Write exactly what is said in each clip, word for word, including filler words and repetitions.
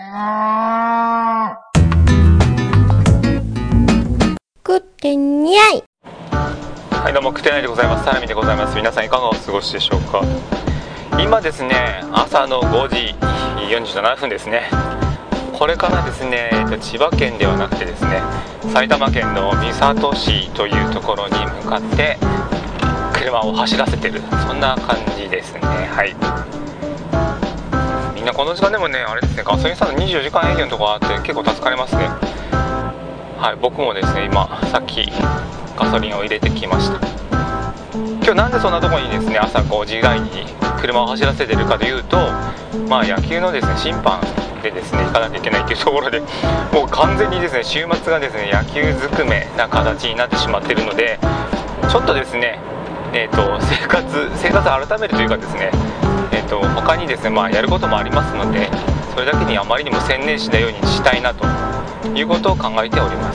食ってにゃい。 はい、どうも、食ってないでございます。サラミでございます。皆さんいかがお過ごしでしょうか。今ですね、朝のごじよんじゅうななふんですね。これからですね、千葉県ではなくてですね、埼玉県の三郷市というところに向かって車を走らせてる、そんな感じですね。はい。みんなこの時間でもね、あれですね、ガソリンスタンドにじゅうよじかん営業のところあって結構助かりますね。はい、僕もですね、今さっきガソリンを入れてきました。今日なんでそんなところにですね、朝ごじ台に車を走らせてるかというと、まあ野球のですね、審判でですね、行かなきゃいけないというところで、もう完全にですね、週末がですね、野球ずくめな形になってしまっているので、ちょっとですね、えーと、生活生活を改めるというかですね、えーと、他にですね、まあやることもありますので、それだけにあまりにも専念しないようにしたいなということを考えております。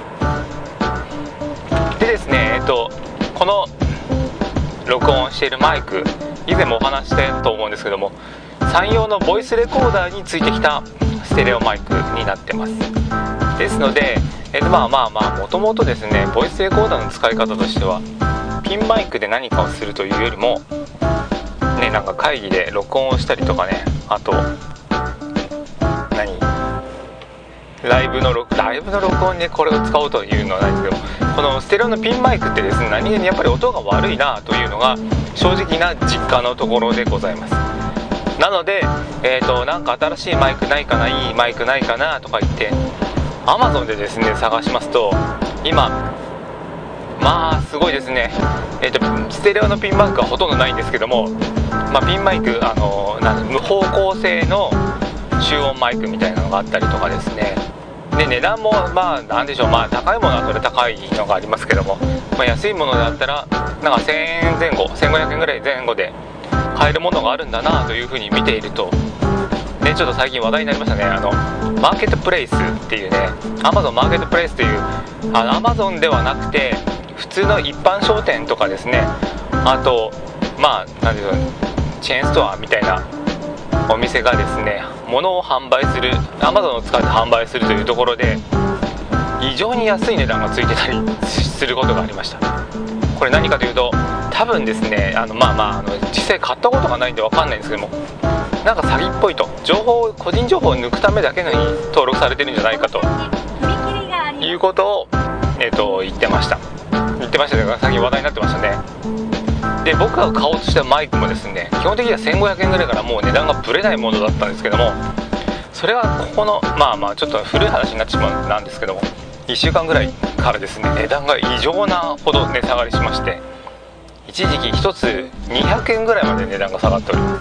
でですね、えーと、この録音しているマイク、以前もお話ししたと思うんですけども、山陽のボイスレコーダーについてきたステレオマイクになってます。ですので、えーと、まあまあまあもともとですね、ボイスレコーダーの使い方としてはピンマイクで何かをするというよりもね、なんか会議で録音をしたりとかね、あと何ライブの録ライブの録音でこれを使おうというのはないんですけど、このステレオのピンマイクってですね、何気にやっぱり音が悪いなというのが正直な実家のところでございます。なので、えーと、なんか新しいマイクないかな、いいマイクないかなとか言って Amazon でですね探しますと、今まあすごいですね、えーと、ステレオのピンマイクはほとんどないんですけども、まあ、ピンマイク、あのなん無方向性の集音マイクみたいなのがあったりとかですね、で値段もまあなんでしょう、まあ高いものはそれ高いのがありますけども、まあ、安いものであったらなんかせんえんぜん後、せんごひゃくえんぐらい前後で買えるものがあるんだなというふうに見ていると、ね、ちょっと最近話題になりましたね。あのマーケットプレイスっていうね、 Amazon マーケットプレイスというあの Amazon ではなくて普通の一般商店とかですね、あとまあ何でしょう、チェーンストアみたいなお店がですね、物を販売する Amazon を使って販売するというところで異常に安い値段がついてたりすることがありました。これ何かというと、多分ですね、あのまあまああの実際買ったことがないんで分かんないんですけども、なんか詐欺っぽいと、情報個人情報を抜くためだけのに登録されてるんじゃないかということを、えー、と言ってました言ってましたが、最近話題になってましたね。で僕が買おうとしたマイクもですね、基本的にはせんごひゃくえんぐらいからもう値段がぶれないものだったんですけども、それはここのまあまあちょっと古い話になってしまうんなんですけども、いっしゅうかんぐらいからですね、値段が異常なほど値下がりしまして、一時期ひとつにひゃくえんぐらいまで値段が下がっております。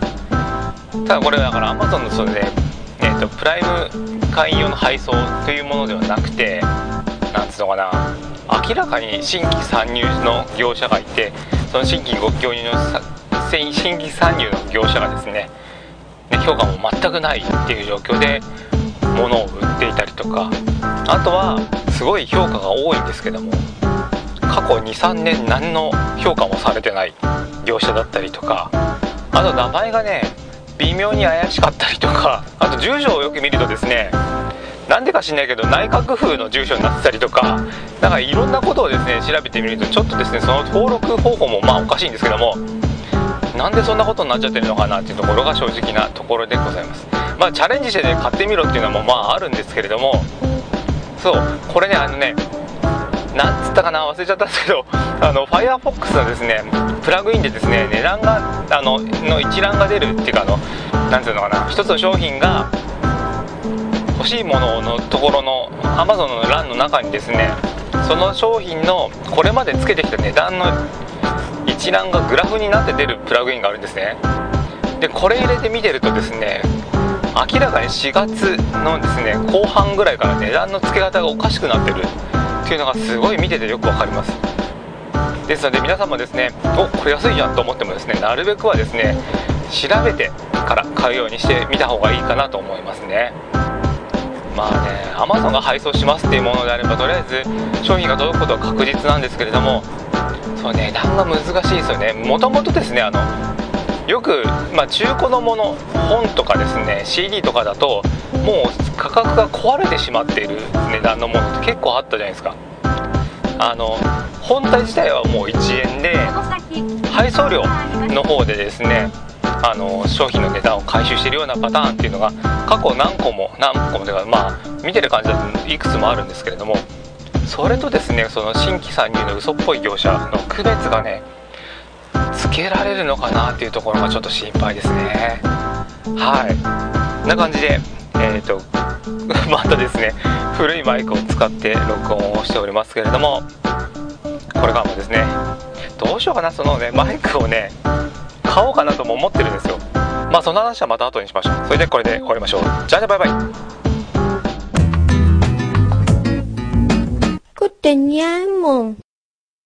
ただこれだから Amazon のそれで、えーと、プライム会員用の配送というものではなくて、なんつうのかな、明らかに新規参入の業者がいて、その新規ご購入の新規参入の業者がですね、評価も全くないっていう状況で物を売っていたりとか、あとはすごい評価が多いんですけども、過去 にさんねん何の評価もされてない業者だったりとか、あと名前がね微妙に怪しかったりとか、あと住所をよく見るとですね、なんでか知んないけど内閣府の住所になってたりとか、なんかいろんなことをですね調べてみると、ちょっとですねその登録方法もまあおかしいんですけども、なんでそんなことになっちゃってるのかなっていうところが正直なところでございます。まあチャレンジしてね買ってみろっていうのもまああるんですけれども、そうこれね、あのねなんつったかな忘れちゃったんですけど、あの Firefox のですねプラグインでですね、値段があのの一覧が出るっていうか、あのなんていうのかな、一つの商品が欲しいもののところの Amazon の欄の中にですね、その商品のこれまでつけてきた値段の一覧がグラフになって出るプラグインがあるんですね。でこれ入れて見てるとですね、明らかにしがつのですね後半ぐらいから値段の付け方がおかしくなってるっていうのがすごい見ててよくわかります。ですので皆さんもですね、おこれ安いじゃんと思ってもですね、なるべくはですね調べてから買うようにしてみた方がいいかなと思いますね。まあね、Amazon が配送しますっていうものであれば、とりあえず商品が届くことは確実なんですけれども、その値段が難しいですよね。もともとですね、あのよく、まあ、中古のもの、本とかですね シーディー とかだともう価格が壊れてしまっている値段のものって結構あったじゃないですか。あの本体自体はもういちえんで配送料の方でですね、あの商品の値段を回収しているようなパターンっていうのが過去何個も何個もというか、まあ見てる感じだといくつもあるんですけれども、それとですねその新規参入の嘘っぽい業者の区別がねつけられるのかなっていうところがちょっと心配ですね。はい、な感じでえっとまたですね古いマイクを使って録音をしておりますけれども、これからもですねどうしようかな、そのねマイクをね買おうかなとも思ってるんですよ。まあその話はまた後にしましょう。それでこれで終わりましょう。じゃあね、バイバイ。 Good night, Mom.